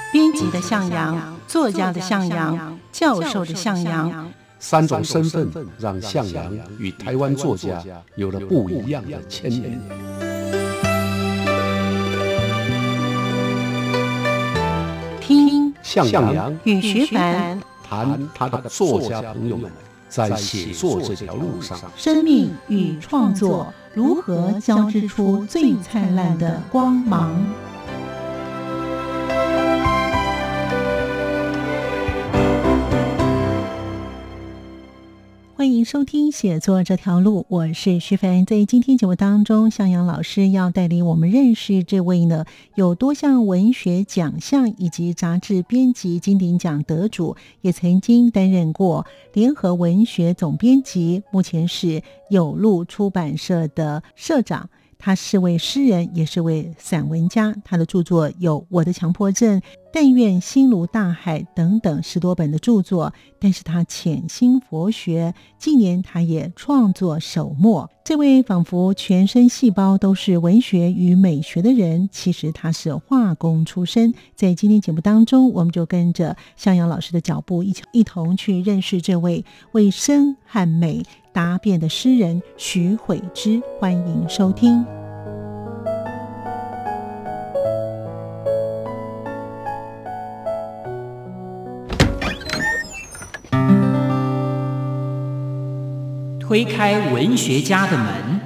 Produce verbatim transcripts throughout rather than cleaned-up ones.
编辑的向阳，作家的向阳，教授的向阳， 三种身份让向阳与台湾作家有了不一样的牵连。 听向阳与徐凡谈他的作家朋友们在写作这条路上， 生命与创作如何交织出最灿烂的光芒。欢迎收听写作这条路，我是徐凡。在今天节目当中，向阳老师要带领我们认识这位呢有多项文学奖项以及杂志编辑金鼎奖得主，也曾经担任过联合文学总编辑，目前是有路出版社的社长。他是位诗人，也是位散文家，他的著作有《我的强迫症》、《但愿心如大海》等等十多本的著作。但是他潜心佛学，近年他也创作手墨。这位仿佛全身细胞都是文学与美学的人，其实他是化工出身。在今天节目当中，我们就跟着向阳老师的脚步一起一同去认识这位为声和美答辩的诗人许悔之。欢迎收听。 推开文学家的门。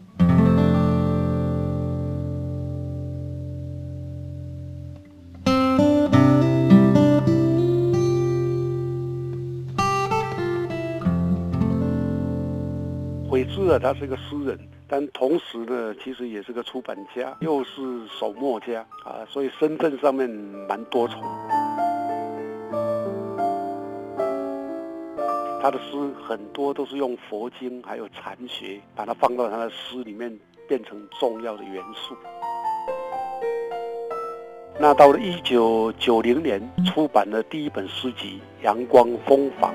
悔之啊，他是个诗人，但同时呢，其实也是个出版家，又是手墨家啊，所以身份上面蛮多重。他的诗很多都是用佛经还有禅学，把它放到他的诗里面，变成重要的元素。那到了一九九零年，出版了第一本诗集《阳光蜂房》。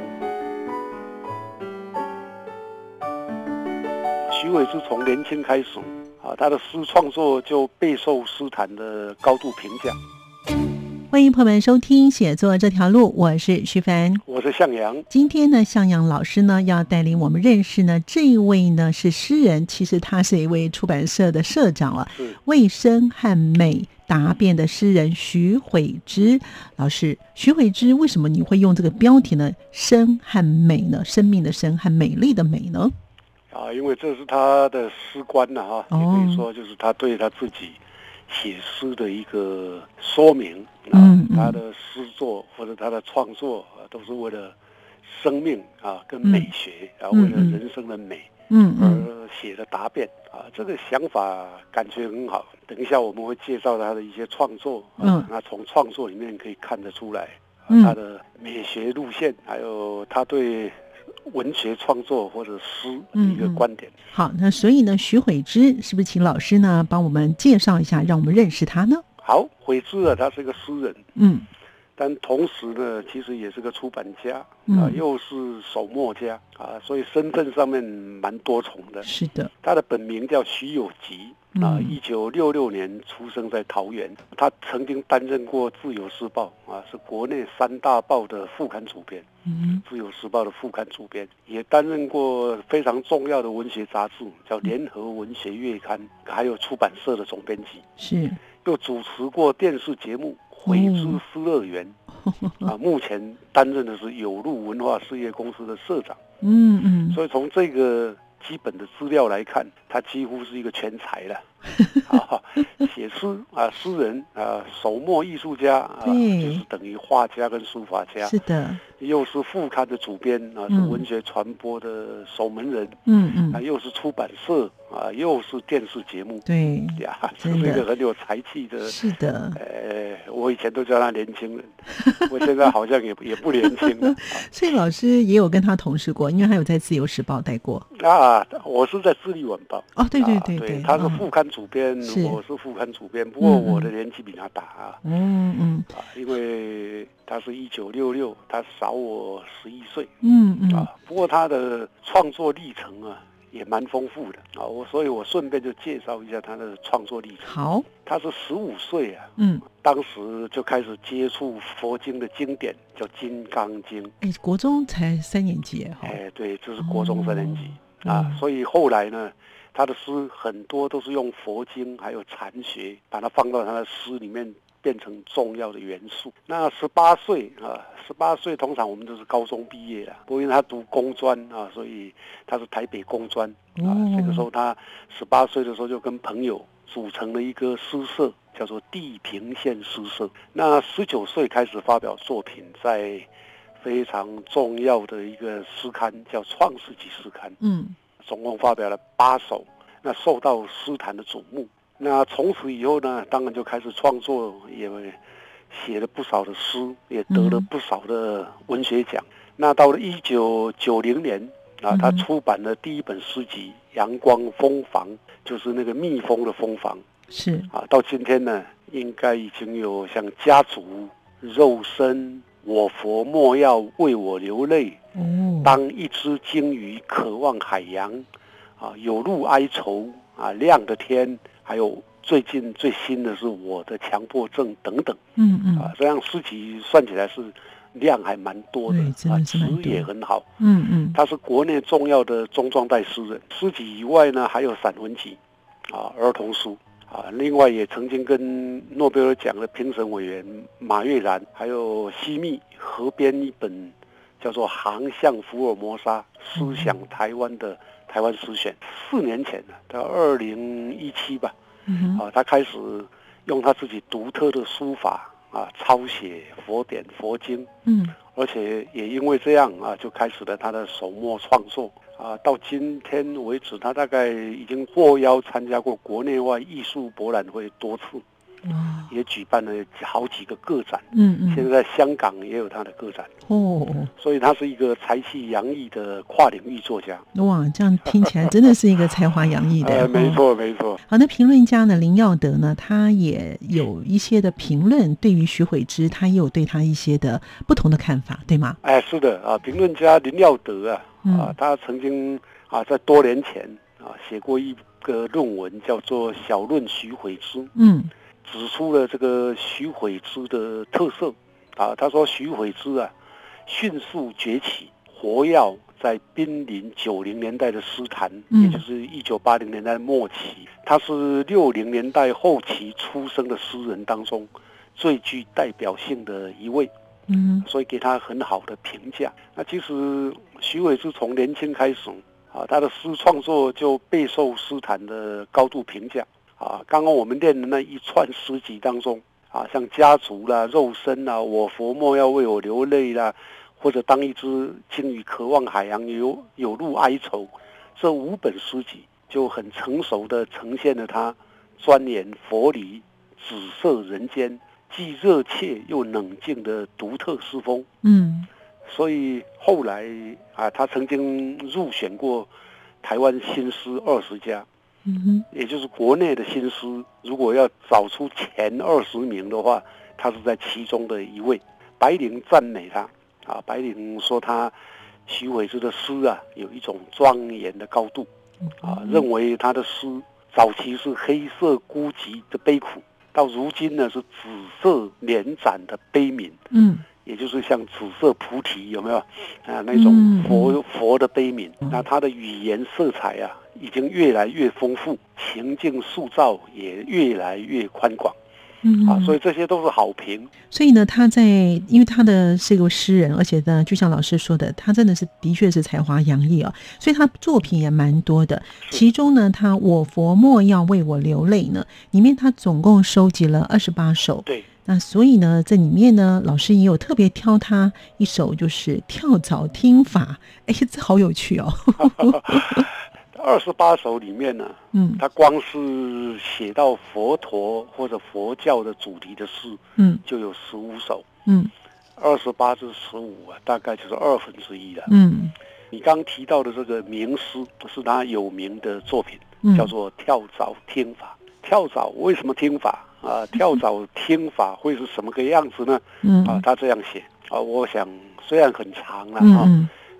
许悔之从年轻开始啊，他的诗创作就备受诗坛的高度评价。 欢迎朋友们收听写作这条路，我是徐凡， 我是向阳。 今天呢，向阳老师呢要带领我们认识呢这一位呢是诗人，其实他是一位出版社的社长了，为声和美答辩的诗人许悔之老师。许悔之，为什么你会用这个标题呢？声和美呢？生命的生和美丽的美呢？ 啊，因为这是他的诗观呐、啊，哈、哦，也可以说就是他对他自己写诗的一个说明啊，嗯嗯，他的诗作或者他的创作啊，都是为了生命啊跟美学啊，嗯，为了人生的美，嗯嗯，而写的答辩啊，这个想法感觉很好。等一下我们会介绍他的一些创作，啊，嗯，那从创作里面可以看得出来，啊，他的美学路线，还有他对文学创作或者诗的一个观点。嗯嗯， 好，那所以呢，许悔之是不是请老师呢帮我们介绍一下，让我们认识他呢？ 好，悔之啊，他是个诗人， 嗯， 但同时呢，其实也是个出版家啊， 嗯， 又是手墨家啊，所以身份上面蛮多重的。 是的， 他的本名叫许有吉。啊，一九六六年出生在桃园，他曾经担任过《自由时报》啊，是国内三大报的副刊主编。 嗯， 《自由时报》的副刊主编，也担任过非常重要的文学杂志，叫《联合文学月刊》，还有出版社的总编辑。 是， 又主持过电视节目《悔之诗乐园》哦，啊，目前担任的是有路文化事业公司的社长。 嗯嗯， 所以从这个基本的资料来看，他几乎是一个全才了。啊，写诗啊，诗人啊，手墨艺术家啊，就是等于画家跟书法家。 是的， 又是副刊的主编啊，是文学传播的守门人。 嗯嗯， 啊，又是出版社啊，又是电视节目。 对呀，这是一个很有才气的。 是的， 呃，我以前都叫他年轻人，我现在好像也也不年轻了。 所以老师也有跟他同事过，因为他有在《自由时报》待过。 啊，我是在《智利晚报》。 哦，对对对对, 对， 他是副刊主编， 嗯， 我是副刊主编，不过我的年纪比他大啊。 嗯嗯， 啊，因为他是一九六六，他少我十一岁。 嗯嗯， 啊，不过他的创作历程啊， 也蛮丰富的啊。我所以，我顺便就介绍一下他的创作历程。 好， 他是十五岁啊， 嗯， 当时就开始接触佛经的经典，叫《金刚经》。 哎，国中才三年级哈。 哎，对，这是国中三年级、 哦、 啊、 嗯， 所以后来呢，他的诗很多都是用佛经还有禅学，把它放到他的诗里面，变成重要的元素。那十八岁啊，十八岁通常我们都是高中毕业了，不过因为他读工专啊，所以他是台北工专啊。 哦、 这个时候他十八岁的时候就跟朋友组成了一个诗社，叫做地平线诗社。那十九岁开始发表作品，在非常重要的一个诗刊叫《创世纪诗刊》， 嗯， 总共发表了八首，那受到诗坛的瞩目。那从此以后呢，当然就开始创作，也写了不少的诗，也得了不少的文学奖。嗯、那到了一九九零年啊，他出版了第一本诗集《阳光蜂房》，就是那个蜜蜂的蜂房。 是啊，到今天呢，应该已经有像家族、肉身、我佛莫要为我流泪， 哦， 当一只鲸鱼渴望海洋，啊，有路哀愁啊，亮的天。还有最近最新的是我的强迫症等等， 嗯嗯， 啊，这样诗集算起来是量还蛮多的， 啊，词也很好， 嗯嗯， 他是国内重要的中壮代诗人。诗集以外呢，还有散文集，啊，儿童书，啊，另外也曾经跟诺贝尔奖的评审委员马悦然还有西密合编一本叫做《航向福尔摩沙：思想台湾的台湾诗选》。四年前呢，到二零一七吧， 嗯、 啊，他开始用他自己独特的书法啊，抄写佛典佛经， 嗯， 而且也因为这样啊，就开始了他的手墨创作啊。到今天为止，他大概已经获邀参加过国内外艺术博览会多次。也举办了好几个个展， 嗯嗯， 现在香港也有他的个展哦， 所以他是一个才气洋溢的跨领域作家。 哇，这样听起来真的是一个才华洋溢的。 呃，没错没错。 好，那评论家呢林耀德呢，他也有一些的评论，对于许悔之，他也有对他一些的不同的看法，对吗？ 哎，是的啊，评论家林耀德啊，嗯、啊，他曾经啊在多年前啊写过一个论文，叫做《小论许悔之》。嗯。指出了这个许悔之的特色啊，他说许悔之啊，迅速崛起，活跃在濒临九零年代的诗坛，嗯、也就是一九八零年代末期。他是六零年代后期出生的诗人当中最具代表性的一位，嗯，所以给他很好的评价。那其实许悔之从年轻开始啊，他的诗创作就备受诗坛的高度评价。啊，刚刚我们念的那一串诗集当中，啊，像家族啦、肉身啦、我佛莫要为我流泪啦，或者当一只鲸鱼渴望海洋，有有路哀愁，这五本诗集就很成熟的呈现了他钻研佛理、紫色人间，既热切又冷静的独特诗风。嗯，所以后来啊，他曾经入选过台湾新诗二十家。嗯哼，也就是国内的新诗，如果要找出前二十名的话，他是在其中的一位。白灵赞美他啊，白灵说他许悔之的诗啊，有一种庄严的高度啊，认为他的诗早期是黑色孤寂的悲苦，到如今呢是紫色连展的悲悯。嗯。也就是像紫色菩提有没有啊那种佛、嗯、佛的悲悯，那他的语言色彩啊已经越来越丰富，情境塑造也越来越宽广。嗯啊，所以这些都是好评。 所以呢，他在因为他的是一个诗人，而且呢，就像老师说的，他真的是的确是才华洋溢啊，所以他作品也蛮多的。其中呢，他我佛莫要为我流泪呢，里面他总共收集了二十八首。 对。 那所以呢，这里面呢，老师也有特别挑他一首，就是跳蚤听法。哎，这好有趣哦。 二十八首里面呢，嗯，他光是写到佛陀或者佛教的主题的诗，嗯，就有十五首，嗯，二十八至十五啊，大概就是二分之一了，嗯。你刚提到的这个名诗是他有名的作品，嗯、叫做《跳蚤听法》。跳蚤为什么听法啊？跳蚤听法会是什么个样子呢？嗯，啊，他这样写啊，我想虽然很长了啊。嗯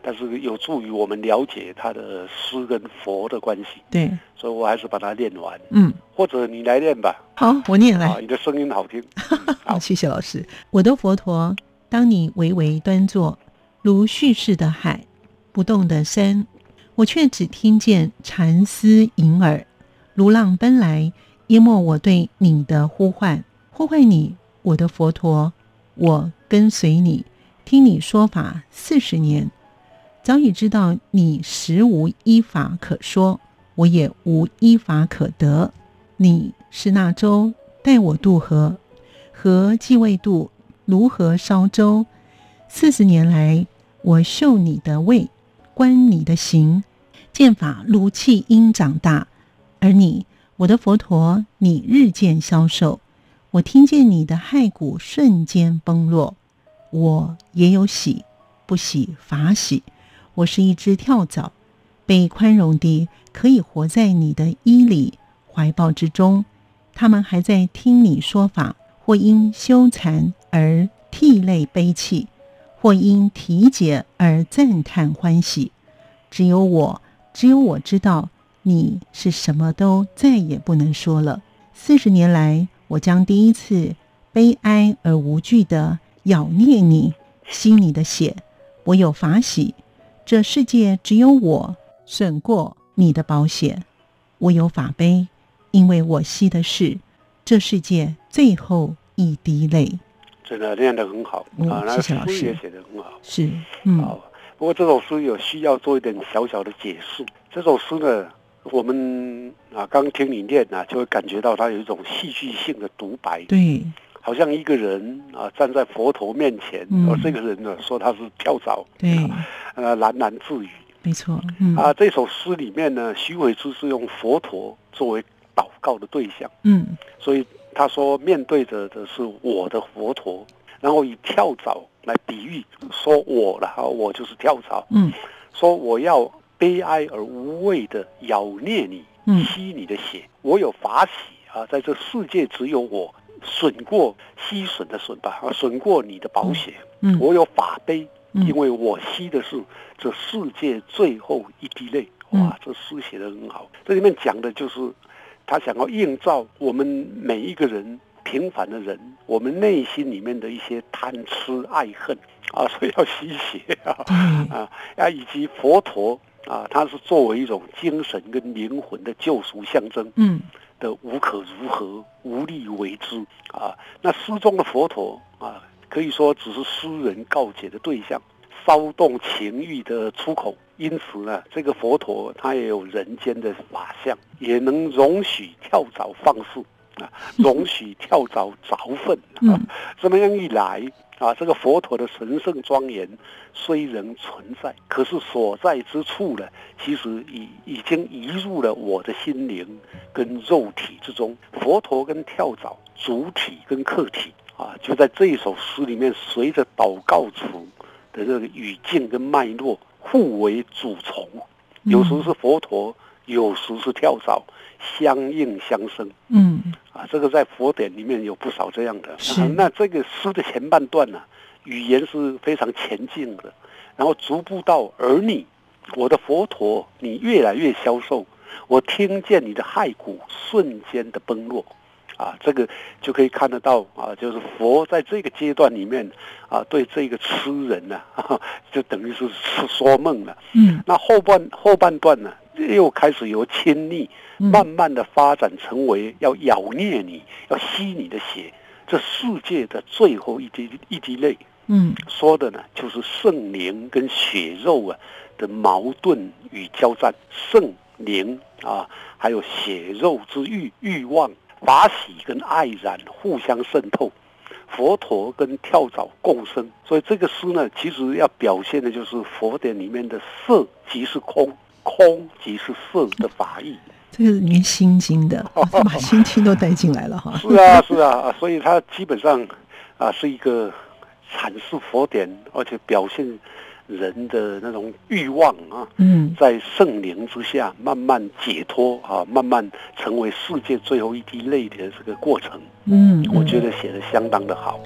但是有助于我们了解他的诗跟佛的关系。 对， 所以我还是把它念完。 嗯， 或者你来念吧。 好，我念来。 啊，你的声音好听。 嗯、好，谢谢老师。我的佛陀，当你巍巍端坐，如蓄势的海，不动的山，我却只听见禅思隐耳，如浪奔来，淹没我对你的呼唤。呼唤你，我的佛陀，我跟随你，听你说法四十年，早已知道你实无依法可说，我也无依法可得。你是那舟，带我渡河，河既未渡，如何烧舟？四十年来，我嗅你的味，观你的行，剑法如气鹰长大，而你，我的佛陀，你日渐消瘦。我听见你的骸骨瞬间崩落，我也有喜，不喜法喜。我是一只跳蚤，被宽容地可以活在你的衣里怀抱之中。他们还在听你说法，或因羞惭而涕泪悲泣，或因体解而赞叹欢喜。只有我，只有我知道你是什么都再也不能说了。四十年来，我将第一次悲哀而无惧地咬啮你，吸你的血，我有法喜。这世界只有我胜过你的宝血，我有法悲，因为我吸的是这世界最后一滴泪。 真的念得很好、 哦、 啊，那谢谢老师， 诗也写得很好。 是，嗯， 好。不过这首诗有需要做一点小小的解释。这首诗呢，我们啊刚听你念啊，就会感觉到它有一种戏剧性的独白。 对， 好像一个人啊站在佛陀面前， 嗯、 而这个人呢说他是跳蚤， 对， 呃喃喃自语。 没错，嗯啊，这首诗里面呢，许悔之是用佛陀作为祷告的对象， 嗯， 所以他说面对着的是我的佛陀，然后以跳蚤来比喻，说我了，我就是跳蚤， 嗯， 说我要悲哀而无畏的咬啮你， 嗯， 吸你的血，我有法喜啊，在这世界只有我损过吸吮的吮吧，啊，损过你的宝血， 嗯， 我有法悲。 嗯、 因为我吸的是这世界最后一滴泪。哇，这诗写得很好。这里面讲的就是他想要映照我们每一个人平凡的人，我们内心里面的一些贪痴爱恨啊，所以要吸血啊、嗯、啊啊，以及佛陀啊，他是作为一种精神跟灵魂的救赎象征，嗯，的无可如何，无力为之啊。那诗中的佛陀啊，可以说只是诗人告解的对象，骚动情欲的出口。因此呢，这个佛陀他也有人间的法相，也能容许跳蚤放肆啊，容许跳蚤凿粪啊。这么样一来啊，这个佛陀的神圣庄严虽仍存在，可是所在之处呢，其实已已经移入了我的心灵跟肉体之中。佛陀跟跳蚤，主体跟客体啊，就在这一首诗里面，随着祷告词的这个语境跟脉络互为主从，有时是佛陀，有时是跳蚤，相应相生。嗯，啊，这个在佛典里面有不少这样的。啊、那这个诗的前半段呢、啊，语言是非常前进的，然后逐步到而你，我的佛陀，你越来越消瘦，我听见你的骸骨瞬间的崩落。啊，这个就可以看得到啊，就是佛在这个阶段里面啊，对这个痴人呢、啊，就等于是说梦了。嗯，那后半后半段呢，又开始由亲昵，慢慢的发展成为要咬啮你，要吸你的血，这世界的最后一滴一滴泪。嗯，说的呢，就是圣灵跟血肉啊的矛盾与交战，圣灵啊，还有血肉之欲欲望。法喜跟爱染互相渗透，佛陀跟跳蚤共生，所以这个诗呢，其实要表现的就是佛典里面的色即是空，空即是色的法义。 这个里面心经的，他把心经都带进来了哈。 是啊，是啊，所以它基本上啊是一个阐释佛典，而且表现人的那种欲望啊，嗯，在圣灵之下慢慢解脱啊，慢慢成为世界最后一滴泪的这个过程。嗯，我觉得写得相当的好。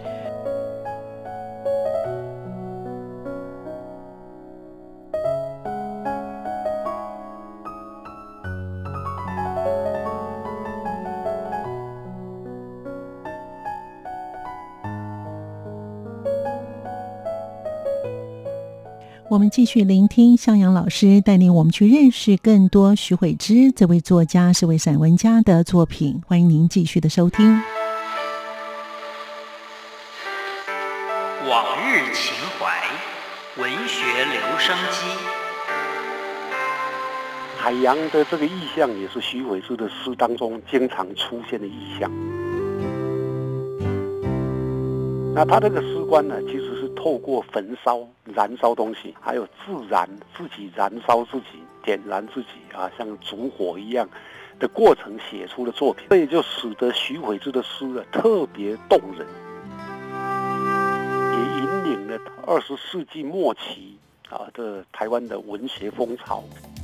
我们继续聆听向阳老师带领我们去认识更多许悔之这位作家、是位散文家的作品，欢迎您继续的收听。 往日情怀，文学留声机。 海洋的这个意象也是许悔之的诗当中经常出现的意象。那他这个诗观呢，其实是透过焚烧、燃烧东西，还有自燃，自己燃烧自己，点燃自己啊，像烛火一样的过程写出的作品，所以就使得许悔之的诗啊特别动人，也引领了二十世纪末期啊的台湾的文学风潮。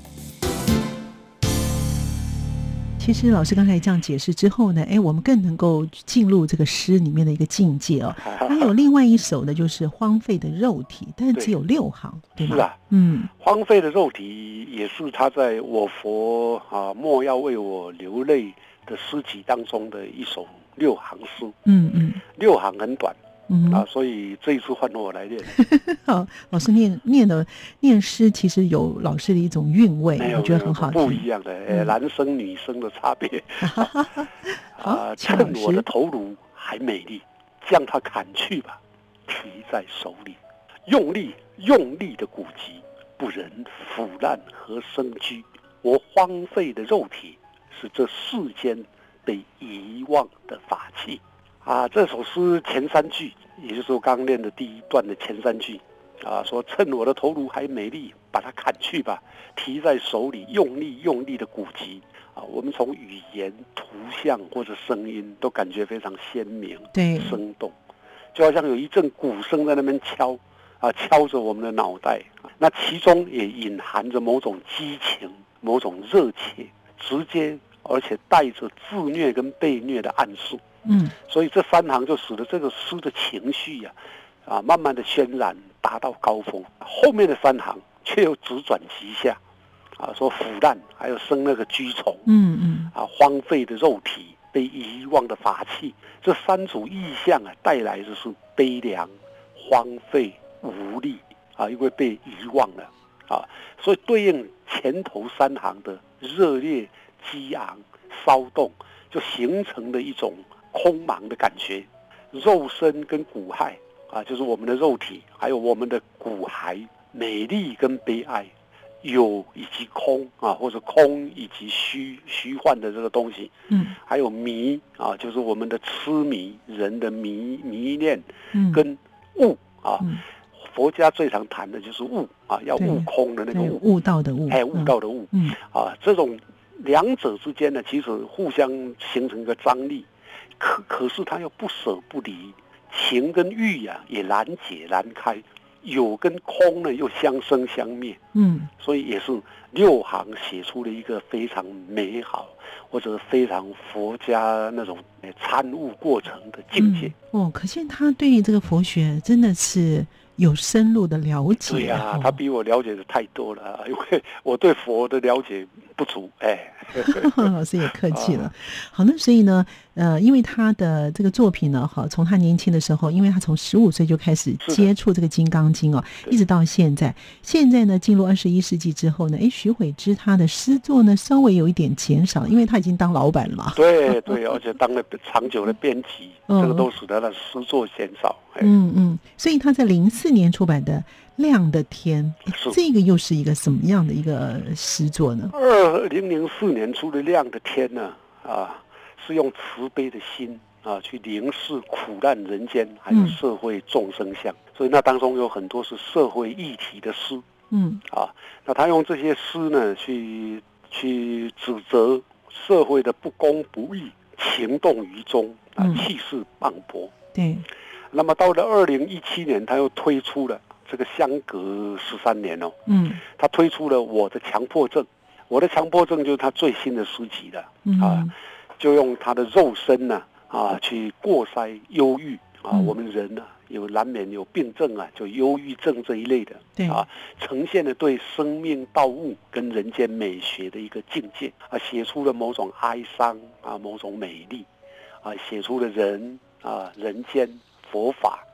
其实老师刚才这样解释之后呢，哎，我们更能够进入这个诗里面的一个境界哦。还有另外一首呢，就是荒废的肉体，但是只有六行，对吗？ 是啊， 嗯， 荒废的肉体也是他在我佛啊莫要为我流泪的诗集当中的一首六行诗。嗯嗯，六行很短。嗯啊，所以这一次换我来念。 好，老师念念的念诗，其实有老师的一种韵味，我觉得很好听。 不一样的，呃、嗯，男生女生的差别。啊，趁我的头颅还美丽，将它砍去吧，提在手里，用力用力的鼓击，不忍腐烂和生居。我荒废的肉体，是这世间被遗忘的法器。啊，这首诗前三句，也就是我刚刚念的第一段的前三句，啊，说趁我的头颅还美丽，把它砍去吧，提在手里，用力用力的鼓击。啊，我们从语言、图像或者声音都感觉非常鲜明、对，生动，就好像有一阵鼓声在那边敲，啊，敲着我们的脑袋。那其中也隐含着某种激情、某种热切，直接而且带着自虐跟被虐的暗示。嗯，所以这三行就使得这个诗的情绪呀、啊，啊，慢慢的渲染，达到高峰。后面的三行却又直转急下，啊，说腐烂，还有生那个蛆虫，嗯嗯，啊，荒废的肉体，被遗忘的法器，这三组意象啊，带来的是悲凉、荒废、无力啊，因为被遗忘了啊，所以对应前头三行的热烈、激昂、骚动，就形成了一种空茫的感觉，肉身跟骨骸啊，就是我们的肉体，还有我们的骨骸，美丽跟悲哀，有以及空啊，或者空以及虚虚幻的这个东西，嗯，还有迷啊，就是我们的痴迷，人的迷迷恋，跟悟啊，嗯、佛家最常谈的就是悟啊，要悟空的那个悟， 悟道的悟， 哎，悟道的悟，嗯，啊，这种两者之间呢，其实互相形成一个张力。可可是他又不舍不离，情跟欲啊也难解难开，有跟空呢又相生相灭，嗯，所以也是六行写出了一个非常美好或者非常佛家那种参悟过程的境界。 嗯、哦，可见他对这个佛学真的是有深入的了解。 对啊，他比我了解的太多了，因为我对佛的了解不足。哎， 老师也客气了。好，那所以呢，呃，因为他的这个作品呢，哈，从他年轻的时候，因为他从十五岁就开始接触这个《金刚经》哦，一直到现在。现在呢，进入二十一世纪之后呢，哎，许悔之他的诗作呢稍微有一点减少，因为他已经当老板了嘛。 对对，而且当了长久的编辑，嗯、这个都使得他的诗作减少。 嗯嗯，所以他在零四年出版的《亮的天》，这个又是一个什么样的一个诗作呢？ 二零零四年出的《亮的天》呢，啊，是用慈悲的心啊去凝视苦难人间，还有社会众生相，嗯、所以那当中有很多是社会议题的诗。嗯，啊，那他用这些诗呢，去去指责社会的不公不义，情动于中啊，气势磅礴。对。那么到了二零一七年，他又推出了这个相隔十三年哦，嗯，他推出了我的强迫症，我的强迫症就是他最新的诗集了，嗯、啊，就用他的肉身呢啊去过筛忧郁啊，嗯、我们人呢有难免有病症啊，就忧郁症这一类的，对啊，呈现了对生命道物跟人间美学的一个境界啊，写出了某种哀伤啊，某种美丽啊，写出了人啊人间。佛法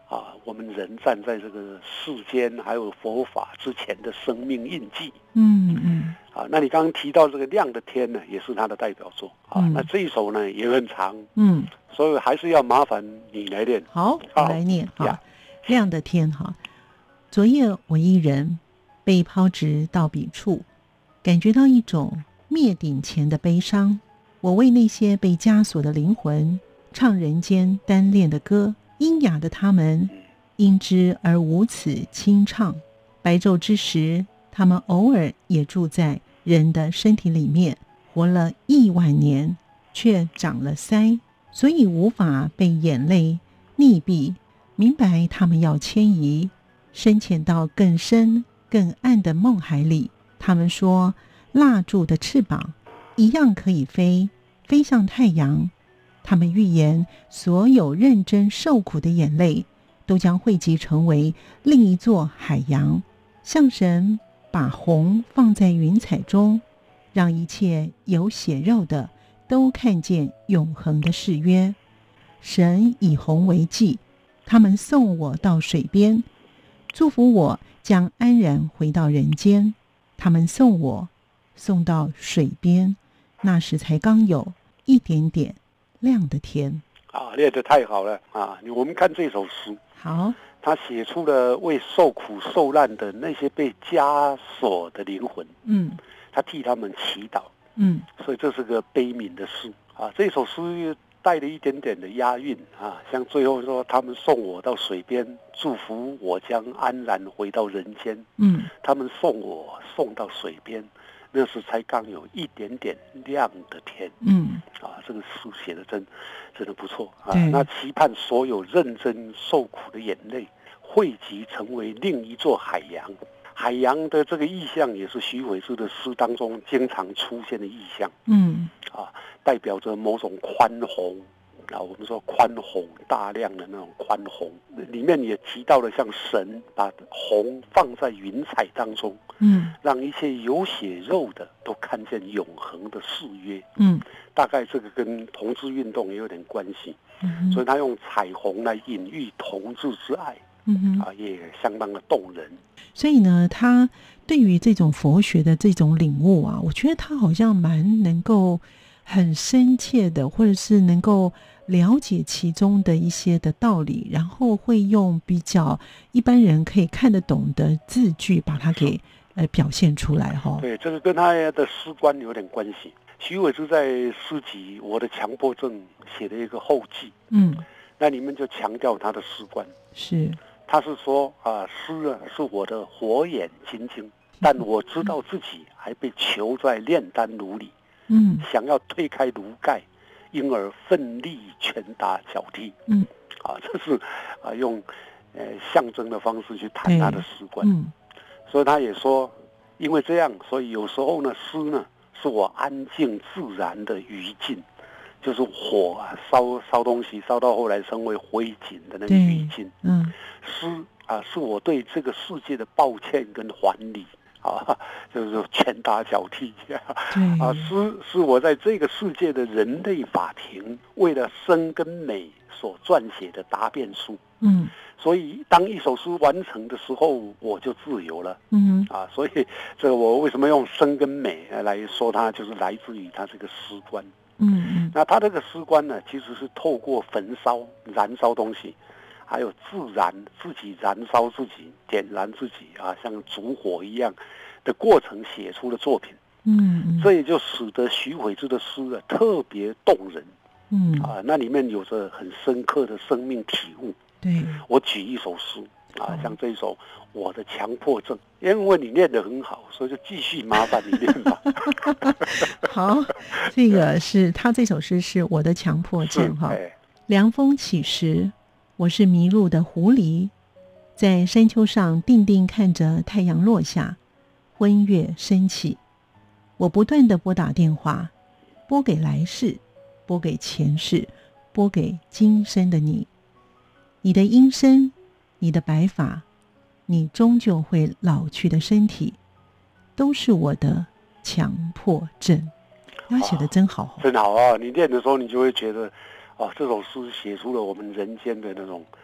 啊，我们人站在这个世间还有佛法之前的生命印记。 嗯嗯。 啊，那你刚刚提到这个亮的天呢，也是他的代表作啊。嗯、那这一首呢也很长， 嗯， 所以还是要麻烦你来念。 好，我来念哈。亮的天哈，昨夜我一人被抛掷到彼处，感觉到一种灭顶前的悲伤。我为那些被枷锁的灵魂唱人间单恋的歌，阴哑的他们因之而无此清唱。白昼之时，他们偶尔也住在人的身体里面，活了亿万年，却长了腮，所以无法被眼泪溺毙。明白他们要迁移，深潜到更深更暗的梦海里。他们说，蜡烛的翅膀一样可以飞，飞向太阳。他们预言，所有认真受苦的眼泪都将汇集成为另一座海洋。像神把红放在云彩中，让一切有血肉的都看见永恒的誓约。神以红为祭，他们送我到水边，祝福我将安然回到人间。他们送我送到水边，那时才刚有一点点亮的天。 啊，练得太好了啊！我们看这首诗， 好， 他写出了为受苦受难的那些被枷锁的灵魂，嗯，他替他们祈祷，嗯，所以这是个悲悯的诗啊。这首诗带了一点点的押韵啊，像最后说他们送我到水边，祝福我将安然回到人间。嗯，他们送我送到水边，那时才刚有一点点亮的天。嗯，啊，这个诗写的真真的不错啊。那期盼所有认真受苦的眼泪汇集成为另一座海洋。海洋的这个意象也是许悔之的诗当中经常出现的意象。嗯，啊，代表着某种宽宏啊，我们说宽宏大量的那种宽宏，里面也提到了像神把宏放在云彩当中，嗯，让一切有血肉的都看见永恒的誓约。嗯，大概这个跟同志运动也有点关系。嗯，所以他用彩虹来隐喻同志之爱。嗯啊，也相当的动人。 所以呢，他对于这种佛学的这种领悟啊，我觉得他好像蛮能够很深切的，或者是能够了解其中的一些的道理，然后会用比较一般人可以看得懂的字句，把它给呃表现出来哈、哦。 对，这个跟他的诗观有点关系。许悔之在诗集《我的强迫症》写了一个后记，嗯，那里面就强调他的诗观是。他是说啊，诗啊是我的火眼金睛，但我知道自己还被囚在炼丹炉里，嗯，想要推开炉盖，因而奋力拳打脚踢，嗯，啊，这是啊用呃象征的方式去谈他的诗观，嗯，所以他也说，因为这样，所以有时候呢，诗呢是我安静自然的余烬。就是火啊，烧烧东西，烧到后来成为灰烬的那个余烬。嗯，诗啊，是我对这个世界的抱歉跟还礼啊，就是拳打脚踢。啊，诗是我在这个世界的人类法庭，为了生跟美所撰写的答辩书。嗯，所以当一首诗完成的时候，我就自由了。嗯，啊，所以这个我为什么用生跟美来说它，就是来自于它这个诗观。嗯嗯，那他这个诗观呢，其实是透过焚烧、燃烧东西，还有自燃，自己燃烧自己、点燃自己啊，像烛火一样的过程写出的作品。嗯嗯，这也就使得许悔之的诗啊特别动人。嗯啊，那里面有着很深刻的生命体悟。对，我举一首诗啊，像这一首《我的强迫症》，因为你念得很好，所以就继续麻烦你念吧。 好，这个是他这首诗是我的强迫症哈。凉风起时，我是迷路的狐狸，在山丘上定定看着太阳落下，昏月升起。我不断地拨打电话，拨给来世，拨给前世，拨给今生的你。你的音声，你的白发，你终究会老去的身体，都是我的强迫症。他写的真好、哦、 真好啊！你念的时候，你就会觉得，啊，这首诗写出了我们人间的那种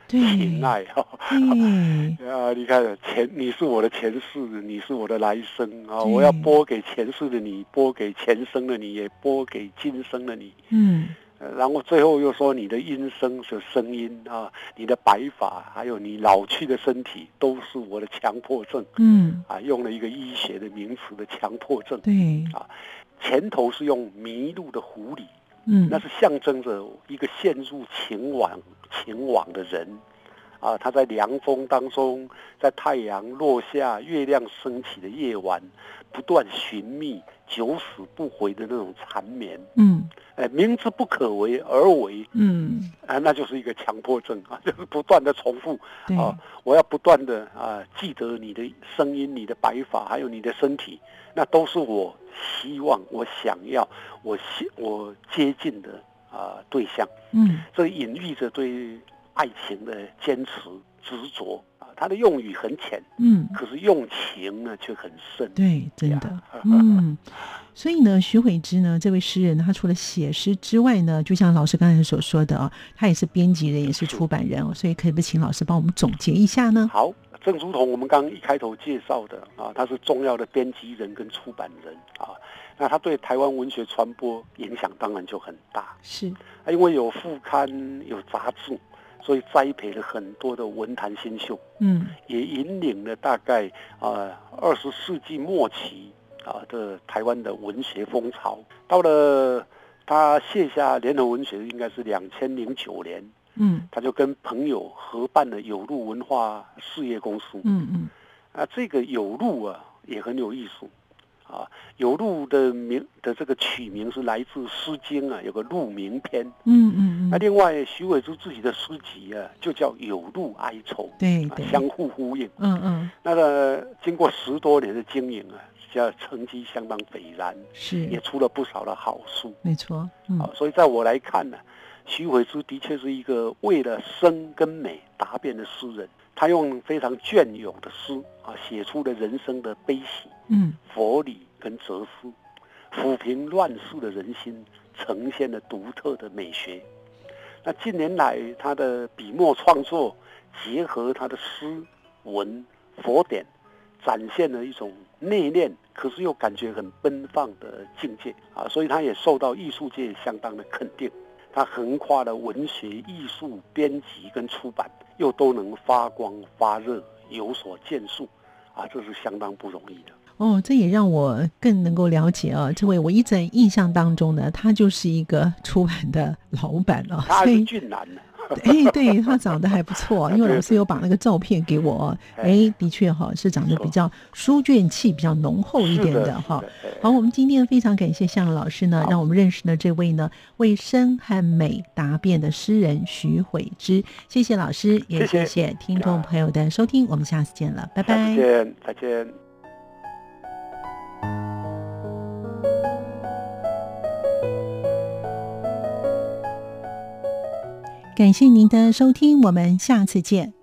情爱哈。 对啊，你看前你是我的前世，你是我的来生啊！我要拨给前世的你，拨给前生的你，也拨给今生的你。 嗯。 然后最后又说你的音声是声音啊，你的白发，还有你老去的身体，都是我的强迫症。 嗯， 啊，用了一个医学的名词的强迫症。 对啊，前头是用迷路的狐狸， 嗯， 那是象征着一个陷入情网情网的人。啊，他在凉风当中，在太阳落下、月亮升起的夜晚，不断寻觅九死不回的那种缠绵。 嗯， 哎，明知不可为而为。 嗯， 啊，那就是一个强迫症啊，就是不断的重复啊，我要不断的啊记得你的声音、你的白发，还有你的身体，那都是我希望、我想要、我我接近的啊对象。 嗯， 这隐喻着对爱情的坚持执着啊，他的用语很浅， 嗯， 可是用情呢却很深。 对，真的，嗯，所以呢，许悔之呢，这位诗人，他除了写诗之外呢，就像老师刚才所说的啊，他也是编辑人，也是出版人哦，所以可不可以请老师帮我们总结一下呢？ 好，正如同我们刚刚一开头介绍的啊，他是重要的编辑人跟出版人啊，那他对台湾文学传播影响当然就很大， 是， 因为有副刊有杂志。所以栽培了很多的文坛新秀， 嗯， 也引领了大概啊二十世纪末期啊的台湾的文学风潮。到了他卸下联合文学，应该是两千零九年， 嗯， 他就跟朋友合办了有路文化事业公司， 嗯嗯， 啊，这个有路啊也很有意思。啊，有路的名的这个取名是来自《诗经》啊，有个鹿鸣篇。 嗯嗯嗯。 那另外，许悔之自己的诗集啊，就叫《有路哀愁》， 对对， 啊，相互呼应。 嗯嗯。 那个经过十多年的经营啊，叫成绩相当斐然， 是也出了不少的好书。 没错，嗯。 啊，所以在我来看呢，许悔之的确是一个为了声跟美答辩的诗人。他用非常隽永的诗啊，写出了人生的悲喜、 嗯， 佛理跟哲思，抚平乱世的人心，呈现了独特的美学。那近年来，他的笔墨创作结合他的诗文、佛典，展现了一种内敛，可是又感觉很奔放的境界啊，所以他也受到艺术界相当的肯定。他横跨了文学、艺术、编辑跟出版，又都能发光发热，有所建树，啊，这是相当不容易的。 哦，这也让我更能够了解啊，这位我一直在印象当中呢，他就是一个出版的老板啊， 他是俊男的。 哎，对，他长得还不错，因为老师有把那个照片给我，哎，的确哈，是长得比较书卷气比较浓厚一点的哈。好，我们今天非常感谢向老师呢，让我们认识了这位呢为声和美答辩的诗人许悔之。谢谢老师，也谢谢听众朋友的收听，我们下次见了，拜拜。 再见，再见。 感谢您的收听，我们下次见。